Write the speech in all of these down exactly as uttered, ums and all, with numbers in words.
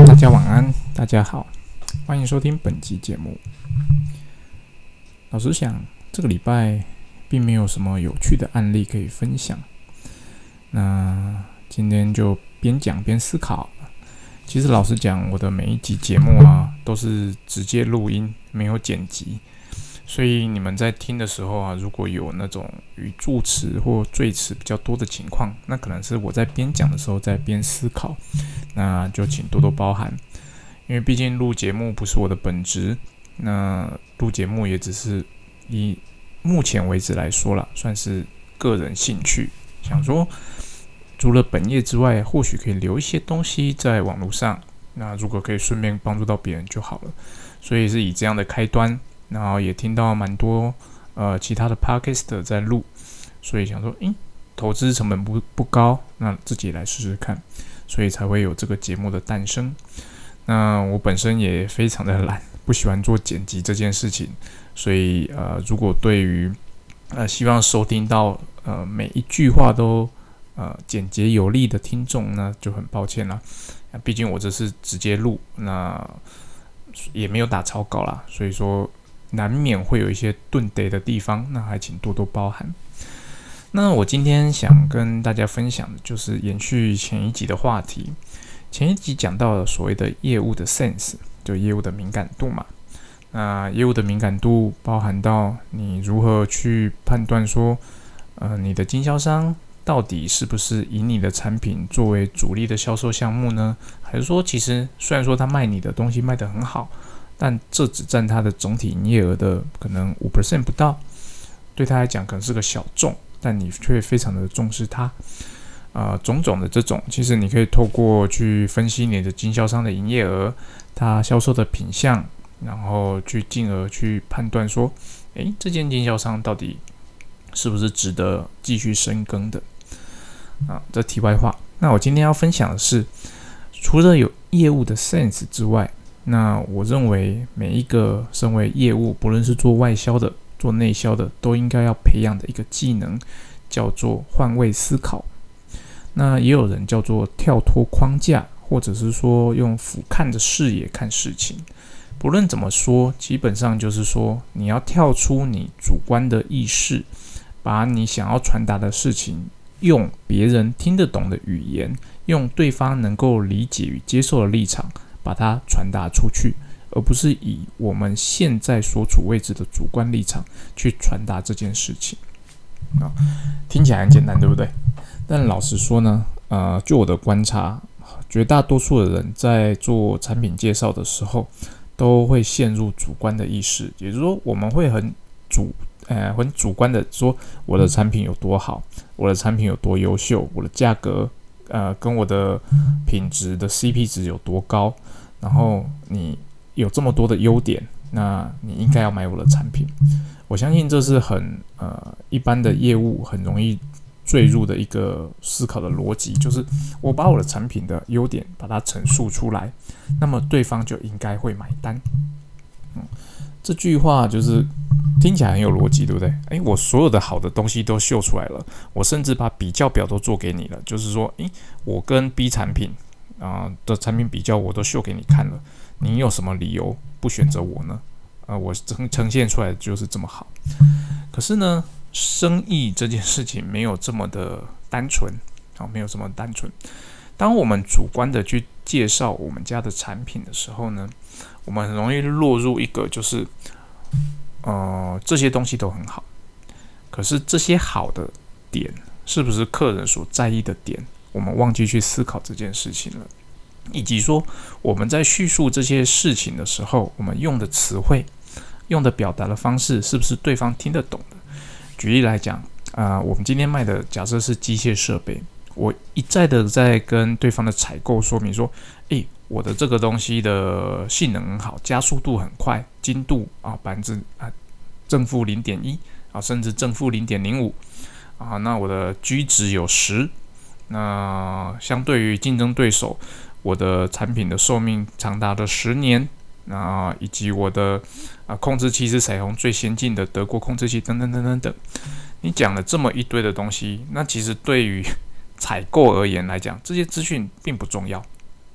大家晚安，大家好，欢迎收听本集节目。老实讲，这个礼拜并没有什么有趣的案例可以分享。那今天就边讲边思考。其实老实讲，我的每一集节目啊，都是直接录音，没有剪辑。所以你们在听的时候啊，如果有那种语助词或赘词比较多的情况，那可能是我在边讲的时候在边思考，那就请多多包涵。因为毕竟录节目不是我的本职，那录节目也只是以目前为止来说啦，算是个人兴趣，想说除了本业之外，或许可以留一些东西在网络上，那如果可以顺便帮助到别人就好了。所以是以这样的开端。然后也听到蛮多呃其他的 podcast 在录，所以想说，诶，投资成本不不高，那自己来试试看，所以才会有这个节目的诞生。那我本身也非常的懒，不喜欢做剪辑这件事情，所以呃，如果对于呃希望收听到呃每一句话都呃简洁有力的听众，那就很抱歉啦。毕竟我这是直接录，那也没有打草稿啦，所以说难免会有一些顿得的地方，那还请多多包涵。那我今天想跟大家分享的就是延续前一集的话题。前一集讲到了所谓的业务的 sense， 就业务的敏感度嘛。那业务的敏感度包含到你如何去判断说，呃，你的经销商到底是不是以你的产品作为主力的销售项目呢？还是说，其实虽然说他卖你的东西卖得很好，但这只占他的总体营业额的可能 百分之五 不到，对他来讲可能是个小众，但你却非常的重视他。呃，种种的这种，其实你可以透过去分析你的经销商的营业额，他销售的品项，然后去进而去判断说，诶，这间经销商到底是不是值得继续深耕的。啊，这题外话。那我今天要分享的是，除了有业务的 sense 之外，那我认为每一个身为业务，不论是做外销的、做内销的，都应该要培养的一个技能，叫做换位思考。那也有人叫做跳脱框架，或者是说用俯瞰的视野看事情。不论怎么说，基本上就是说，你要跳出你主观的意识，把你想要传达的事情，用别人听得懂的语言，用对方能够理解与接受的立场，把它传达出去，而不是以我们现在所处位置的主观立场去传达这件事情。啊，听起来很简单，对不对？但老实说呢，呃，就我的观察，绝大多数的人在做产品介绍的时候，都会陷入主观的意识，也就是说，我们会很主，呃，很主观的说我的产品有多好，我的产品有多优秀，我的价格，呃，跟我的品质的 C P 值有多高，然后你有这么多的优点，那你应该要买我的产品。我相信这是很呃一般的业务很容易坠入的一个思考的逻辑，就是我把我的产品的优点把它陈述出来，那么对方就应该会买单。嗯，这句话就是听起来很有逻辑，对不对？诶，我所有的好的东西都秀出来了，我甚至把比较表都做给你了，就是说，诶，我跟 B 产品啊、呃、的产品比较，我都秀给你看了，你有什么理由不选择我呢？呃，我呈现出来的就是这么好。可是呢，生意这件事情没有这么的单纯，好，没有这么单纯。当我们主观的去介绍我们家的产品的时候呢，我们很容易落入一个就是，呃，这些东西都很好，可是这些好的点是不是客人所在意的点？我们忘记去思考这件事情了。以及说我们在叙述这些事情的时候，我们用的词汇、用的表达的方式，是不是对方听得懂的？举例来讲，啊、呃，我们今天卖的假设是机械设备，我一再的在跟对方的采购说明说，诶，我的这个东西的性能很好，加速度很快，精度啊百分之啊正负零点一啊，甚至正负零点零五啊，那我的 G 值有十，那相对于竞争对手，我的产品的寿命长达了十年，啊，以及我的啊控制器是采用最先进的德国控制器，等等等等等。你讲了这么一堆的东西，那其实对于采购而言来讲，这些资讯并不重要，对，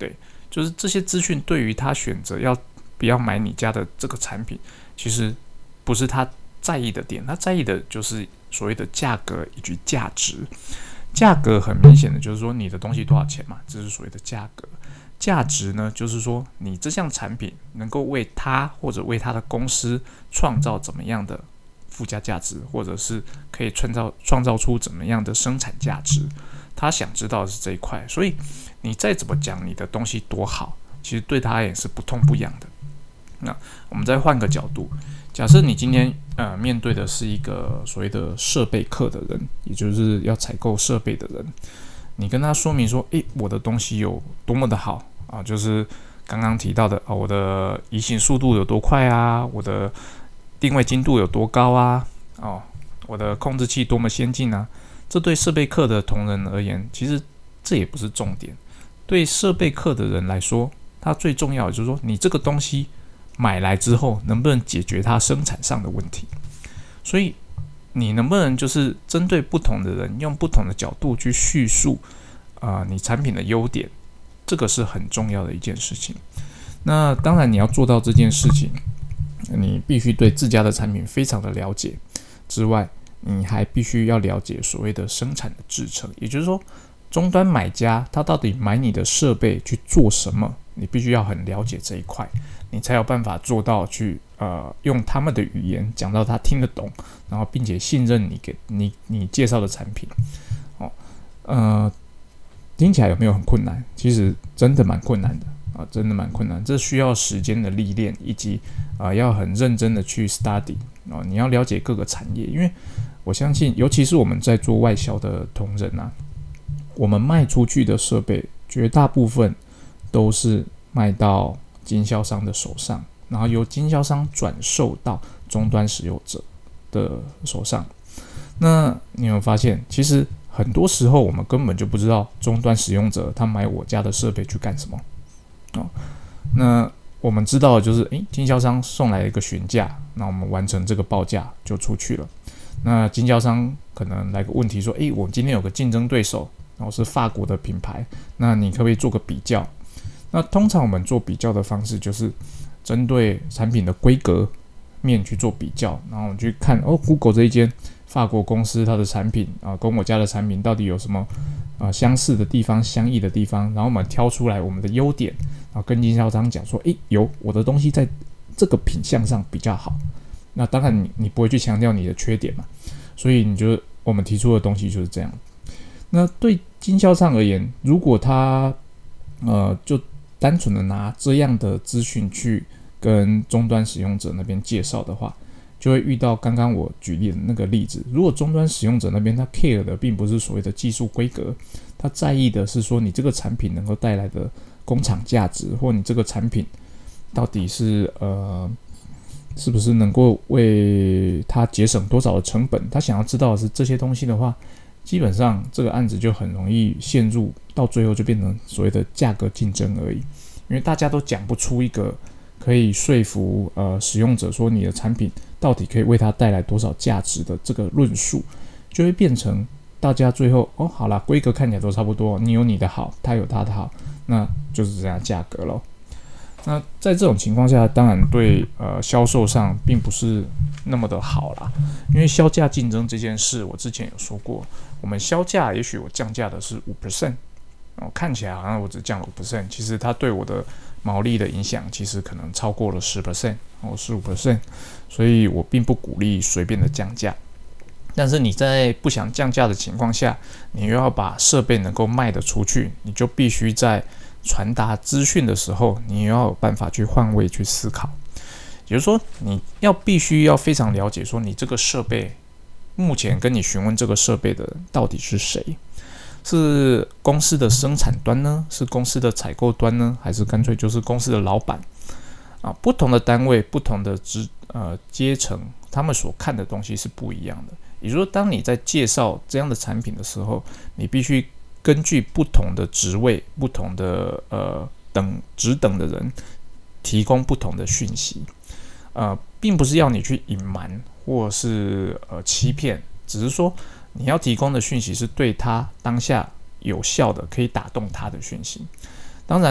就是这些资讯对于他选择要不要买你家的这个产品，其实不是他在意的点，他在意的就是所谓的价格以及价值。价格很明显的就是说你的东西多少钱嘛，这是所谓的价格。价值呢，就是说你这项产品能够为他或者为他的公司创造怎么样的附加价值，或者是可以创造创造出怎么样的生产价值，他想知道的是这一块。所以你再怎么讲你的东西多好，其实对他也是不痛不痒的。那我们再换个角度，假设你今天呃面对的是一个所谓的设备客的人，也就是要采购设备的人，你跟他说明说，诶，我的东西有多么的好啊，就是刚刚提到的啊，我的移行速度有多快啊，我的定位精度有多高啊，哦，我的控制器多么先进啊，这对设备客的同仁而言，其实这也不是重点。对设备客的人来说，他最重要的就是说，你这个东西买来之后，能不能解决他生产上的问题？所以你能不能就是针对不同的人，用不同的角度去叙述啊、呃，你产品的优点，这个是很重要的一件事情。那当然，你要做到这件事情，你必须对自家的产品非常的了解，之外，你还必须要了解所谓的生产的制程，也就是说，终端买家他到底买你的设备去做什么，你必须要很了解这一块，你才有办法做到去呃用他们的语言讲到他听得懂，然后并且信任你给你你介绍的产品。哦，呃，听起来有没有很困难？其实真的蛮困难的啊，真的蛮困难。这需要时间的历练，以及啊、呃、要很认真的去 study 哦，你要了解各个产业，因为我相信，尤其是我们在做外销的同仁啊，我们卖出去的设备绝大部分都是卖到经销商的手上，然后由经销商转售到终端使用者的手上。那你有没有发现，其实很多时候我们根本就不知道终端使用者他买我家的设备去干什么。哦，那我们知道的就是，诶，经销商送来一个询价，那我们完成这个报价就出去了。那经销商可能来个问题说，诶，我今天有个竞争对手，然后是法国的品牌，那你可不可以做个比较？那通常我们做比较的方式就是针对产品的规格面去做比较，然后我们去看哦 ，Google 这一间法国公司它的产品啊、呃，跟我家的产品到底有什么啊、呃、相似的地方、相异的地方，然后我们挑出来我们的优点，然后跟经销商讲说，诶，有我的东西在这个品项上比较好。那当然你你不会去强调你的缺点嘛，所以你就我们提出的东西就是这样。那对经销商而言，如果他呃就单纯的拿这样的资讯去跟终端使用者那边介绍的话，就会遇到刚刚我举例的那个例子。如果终端使用者那边他 care 的并不是所谓的技术规格，他在意的是说你这个产品能够带来的工厂价值，或你这个产品到底是呃是不是能够为他节省多少的成本，他想要知道的是这些东西的话，基本上这个案子就很容易陷入到最后就变成所谓的价格竞争而已，因为大家都讲不出一个可以说服呃使用者说你的产品到底可以为他带来多少价值的这个论述，就会变成大家最后哦好啦，规格看起来都差不多，你有你的好，他有他的好，那就是这样价格咯。那在这种情况下，当然对呃销售上并不是那么的好啦，因为销价竞争这件事，我之前有说过，我们销价也许我降价的是 百分之五，哦，看起来好像我只降了 百分之五，其实它对我的毛利的影响其实可能超过了 百分之十 哦 百分之十五， 所以我并不鼓励随便的降价。但是你在不想降价的情况下，你又要把设备能够卖得出去，你就必须在传达资讯的时候，你也要有办法去换位去思考。也就是说，你要必须要非常了解说你这个设备目前跟你询问这个设备的人到底是谁，是公司的生产端呢，是公司的采购端呢，还是干脆就是公司的老板啊？不同的单位、不同的职呃阶层，他们所看的东西是不一样的。也就是说，当你在介绍这样的产品的时候，你必须根据不同的职位、不同的呃等职等的人，提供不同的讯息。呃，并不是要你去隐瞒或是呃欺骗，只是说你要提供的讯息是对他当下有效的，可以打动他的讯息。当然，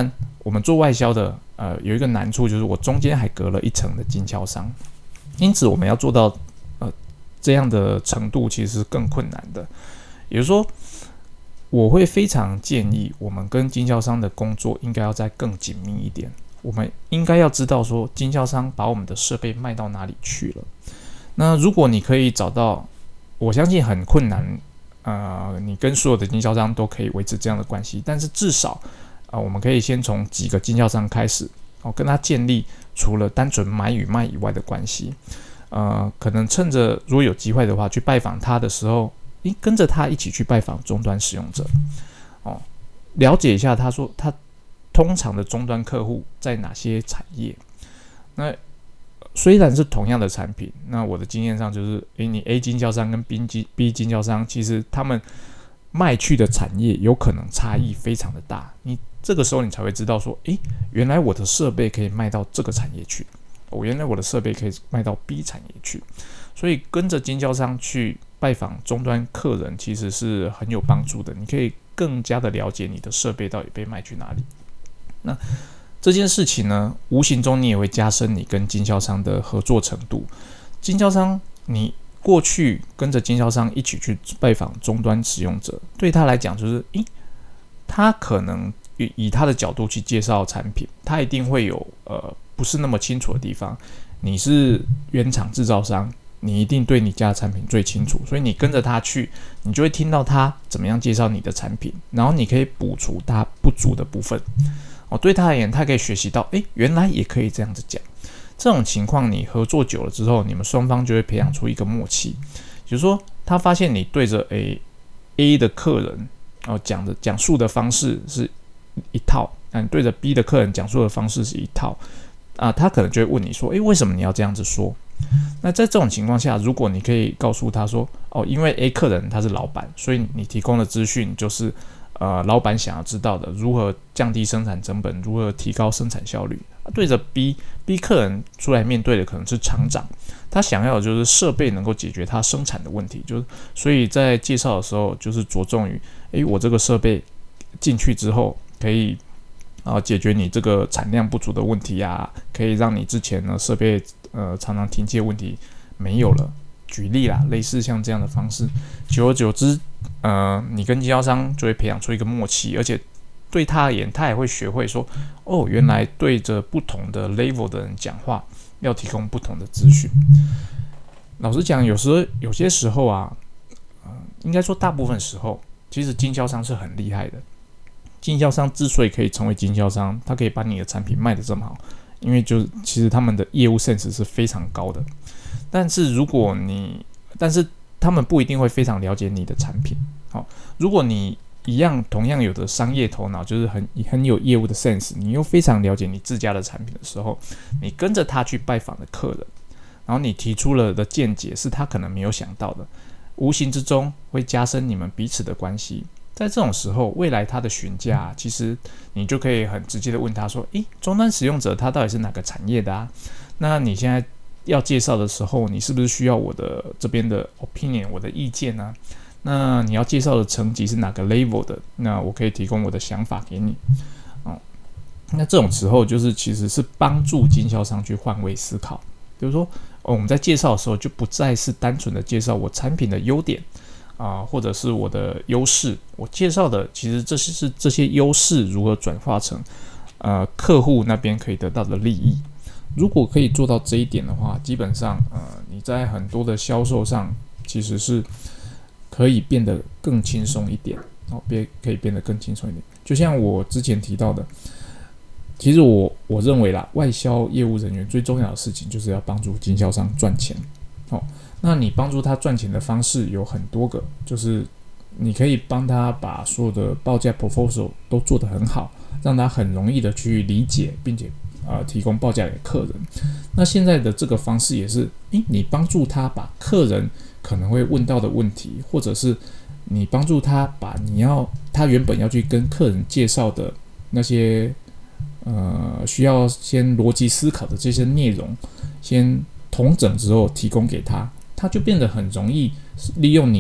我们做外销的，呃，有一个难处就是我中间还隔了一层的经销商，因此我们要做到呃这样的程度，其实是更困难的。也就是说，我会非常建议我们跟经销商的工作应该要再更紧密一点。我们应该要知道说，经销商把我们的设备卖到哪里去了。那如果你可以找到，我相信很困难，呃，你跟所有的经销商都可以维持这样的关系，但是至少，呃，我们可以先从几个经销商开始，哦，跟他建立除了单纯买与卖以外的关系。呃，可能趁着如果有机会的话，去拜访他的时候，诶，跟着他一起去拜访终端使用者，哦，了解一下他说他通常的终端客户在哪些产业。那虽然是同样的产品，那我的经验上就是，诶，你 A 经销商跟 B 经 B 经销商，其实他们卖去的产业有可能差异非常的大。你这个时候你才会知道说，诶，原来我的设备可以卖到这个产业去，我、哦、原来我的设备可以卖到 B 产业去。所以跟着经销商去拜访终端客人，其实是很有帮助的。你可以更加的了解你的设备到底被卖去哪里。那这件事情呢，无形中你也会加深你跟经销商的合作程度。经销商，你过去跟着经销商一起去拜访终端使用者，对他来讲就是，诶，他可能以他的角度去介绍产品，他一定会有呃不是那么清楚的地方。你是原厂制造商，你一定对你家的产品最清楚，所以你跟着他去，你就会听到他怎么样介绍你的产品，然后你可以补足他不足的部分。哦，对他而言，他可以学习到，诶，原来也可以这样子讲。这种情况，你合作久了之后，你们双方就会培养出一个默契。比如说，他发现你对着 A A 的客人，哦，讲的讲述的方式是一套，嗯，对着 B 的客人讲述的方式是一套，啊，他可能就会问你说，诶，为什么你要这样子说？那在这种情况下，如果你可以告诉他说，哦，因为 A 客人他是老板，所以你提供的资讯就是。呃，老板想要知道的，如何降低生产成本，如何提高生产效率。对着 B B 客人出来面对的可能是厂长，他想要的就是设备能够解决他生产的问题，就是所以在介绍的时候，就是着重于，诶，我这个设备进去之后，可以啊、呃、解决你这个产量不足的问题啊，可以让你之前呢设备呃常常停机的问题没有了。举例啦，类似像这样的方式，久而久之，呃，你跟经销商就会培养出一个默契，而且对他而言，他也会学会说，哦，原来对着不同的 level 的人讲话，要提供不同的资讯。老实讲，有时候有些时候啊，呃，应该说大部分时候，其实经销商是很厉害的。经销商之所以可以成为经销商，他可以把你的产品卖得这么好，因为就是其实他们的业务 sense 是非常高的。但是如果你，但是他们不一定会非常了解你的产品。好、哦，如果你一样同样有的商业头脑，就是很很有业务的 sense， 你又非常了解你自家的产品的时候，你跟着他去拜访的客人，然后你提出了的见解是他可能没有想到的，无形之中会加深你们彼此的关系。在这种时候，未来他的询价，其实你就可以很直接的问他说：“诶，终端使用者他到底是哪个产业的啊？那你现在要介绍的时候，你是不是需要我的这边的 opinion， 我的意见啊？那你要介绍的层级是哪个 level 的？那我可以提供我的想法给你。哦，那这种时候就是其实是帮助经销商去换位思考。比如说，哦，我们在介绍的时候就不再是单纯的介绍我产品的优点啊、呃，或者是我的优势。我介绍的其实这是这些优势如何转化成呃客户那边可以得到的利益。如果可以做到这一点的话，基本上呃你在很多的销售上其实是可以变得更轻松一点，哦，变可以变得更轻松一点。就像我之前提到的，其实我我认为啦，外销业务人员最重要的事情就是要帮助经销商赚钱。哦，那你帮助他赚钱的方式有很多个，就是你可以帮他把所有的报价 proposal 都做得很好，让他很容易的去理解，并且呃提供报价给客人。那现在的这个方式也是，诶，你帮助他把客人可能会问到的问题，或者是你帮助他把你要他原本要去跟客人介绍的那些呃需要先逻辑思考的这些内容，先统整之后提供给他，他就变得很容易利用你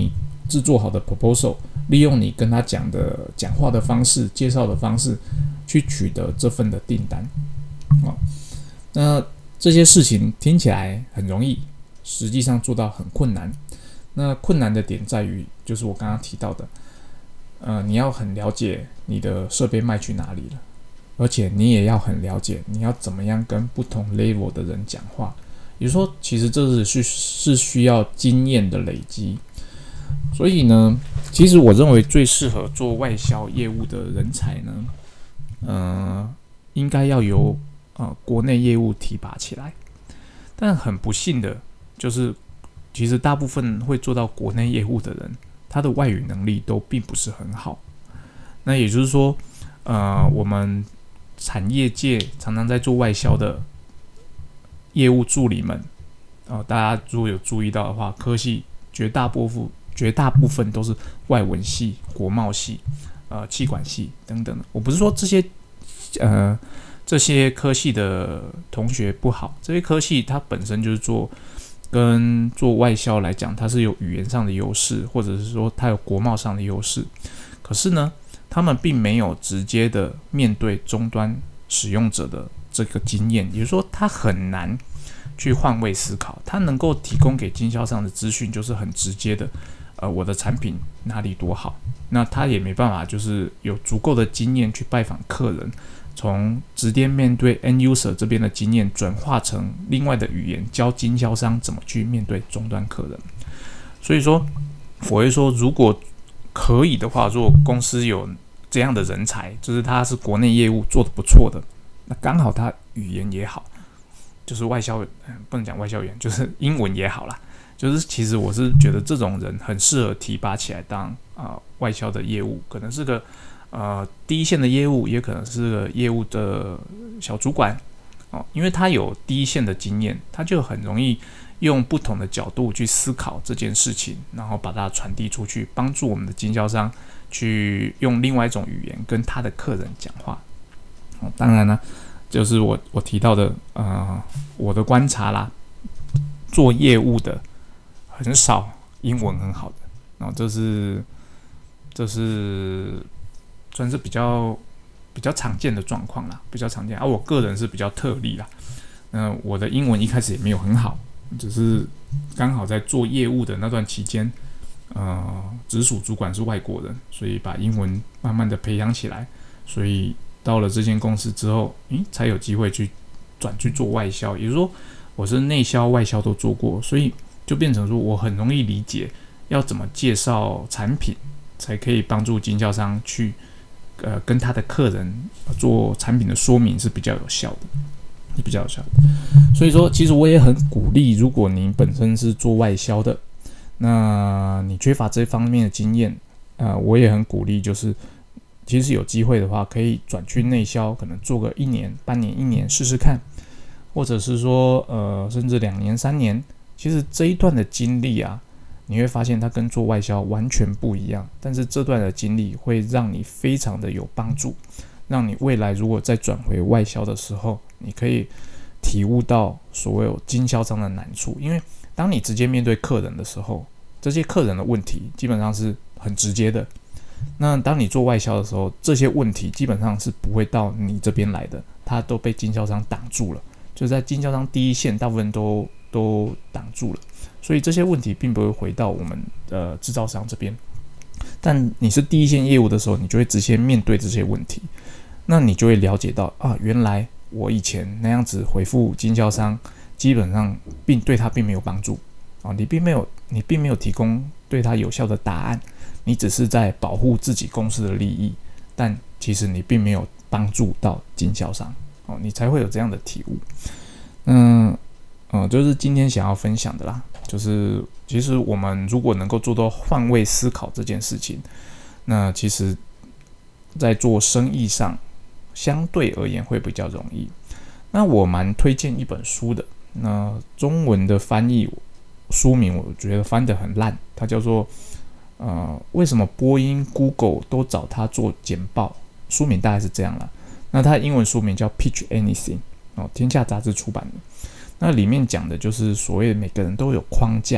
制作好的 proposal， 利用你跟他讲的讲话的方式、介绍的方式，去取得这份的订单。哦，那这些事情听起来很容易，实际上做到很困难。那困难的点在于，就是我刚刚提到的，呃，你要很了解你的设备卖去哪里了，而且你也要很了解你要怎么样跟不同 level 的人讲话。也就是说，其实这是是需要经验的累积。所以呢，其实我认为最适合做外销业务的人才呢，呃，应该要由呃国内业务提拔起来。但很不幸的就是，其实大部分会做到国内业务的人，他的外语能力都并不是很好。那也就是说，呃，我们产业界常常在做外销的业务助理们，呃，大家如果有注意到的话，科系绝大部分绝大部分都是外文系、国贸系、呃企管系等等的。我不是说这些呃这些科系的同学不好，这些科系它本身就是做跟做外销来讲，它是有语言上的优势，或者是说它有国贸上的优势。可是呢，他们并没有直接的面对终端使用者的这个经验，也就是说，他很难去换位思考。他能够提供给经销商的资讯就是很直接的，呃，我的产品哪里多好。那他也没办法，就是有足够的经验去拜访客人，从直接面对 end user 这边的经验转化成另外的语言，教经销商怎么去面对终端客人。所以说，我会说，如果可以的话，如果公司有这样的人才，就是他是国内业务做得不错的，那刚好他语言也好，就是外销，不能讲外销语言，就是英文也好啦。就是其实我是觉得这种人很适合提拔起来当啊、呃、外销的业务，可能是个呃第一线的业务，也可能是个业务的小主管哦，因为他有第一线的经验，他就很容易用不同的角度去思考这件事情，然后把它传递出去，帮助我们的经销商去用另外一种语言跟他的客人讲话。哦、当然呢，就是我我提到的呃我的观察啦，做业务的很少英文很好的，然后这是这是算是比较比较常见的状况啦，比较常见。而、啊、我个人是比较特例啦，那、呃、我的英文一开始也没有很好，只是刚好在做业务的那段期间，呃，直属主管是外国人，所以把英文慢慢的培养起来，所以到了这间公司之后，诶，才有机会去转去做外销，也就是说，我是内销外销都做过，所以就变成说我很容易理解要怎么介绍产品，才可以帮助经销商去呃跟他的客人做产品的说明是比较有效的，是比较有效的。所以说，其实我也很鼓励，如果你本身是做外销的，那你缺乏这方面的经验，呃，我也很鼓励，就是其实有机会的话，可以转去内销，可能做个一年、半年、一年试试看，或者是说呃，甚至两年、三年。其实这一段的经历啊，你会发现它跟做外销完全不一样，但是这段的经历会让你非常的有帮助，让你未来如果再转回外销的时候，你可以体悟到所有经销商的难处。因为当你直接面对客人的时候，这些客人的问题基本上是很直接的。那当你做外销的时候，这些问题基本上是不会到你这边来的，它都被经销商挡住了。就在经销商第一线，大部分都都挡住了，所以这些问题并不会回到我们呃制造商这边。但你是第一线业务的时候，你就会直接面对这些问题，那你就会了解到啊，原来我以前那样子回复经销商，基本上并对他并没有帮助啊，你并没有你并没有提供对他有效的答案，你只是在保护自己公司的利益，但其实你并没有帮助到经销商。哦，你才会有这样的体悟。嗯，呃，就是今天想要分享的啦。就是其实我们如果能够做到换位思考这件事情，那其实在做生意上相对而言会比较容易。那我蛮推荐一本书的，那中文的翻译书名我觉得翻得很烂，它叫做呃为什么波音、Google 都找它做简报，书名大概是这样啦。那它的英文书名叫 Pitch Anything， 哦，天下杂志出版的。那里面讲的就是所谓的每个人都有框架，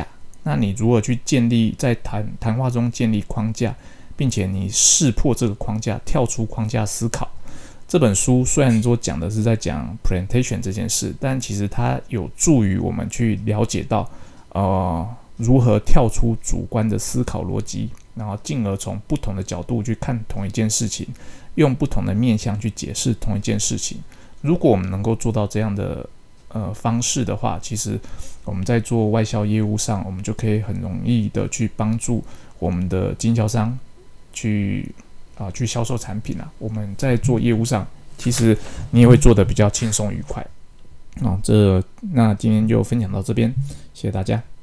那你如何去建立在谈谈话中建立框架，并且你识破这个框架，跳出框架思考。这本书虽然说讲的是在讲 presentation 这件事，但其实它有助于我们去了解到，呃，如何跳出主观的思考逻辑，然后进而从不同的角度去看同一件事情，用不同的面向去解释同一件事情。如果我们能够做到这样的呃方式的话，其实我们在做外销业务上，我们就可以很容易的去帮助我们的经销商去啊、呃、去销售产品啊。我们在做业务上，其实你也会做得比较轻松愉快。哦，这那今天就分享到这边，谢谢大家。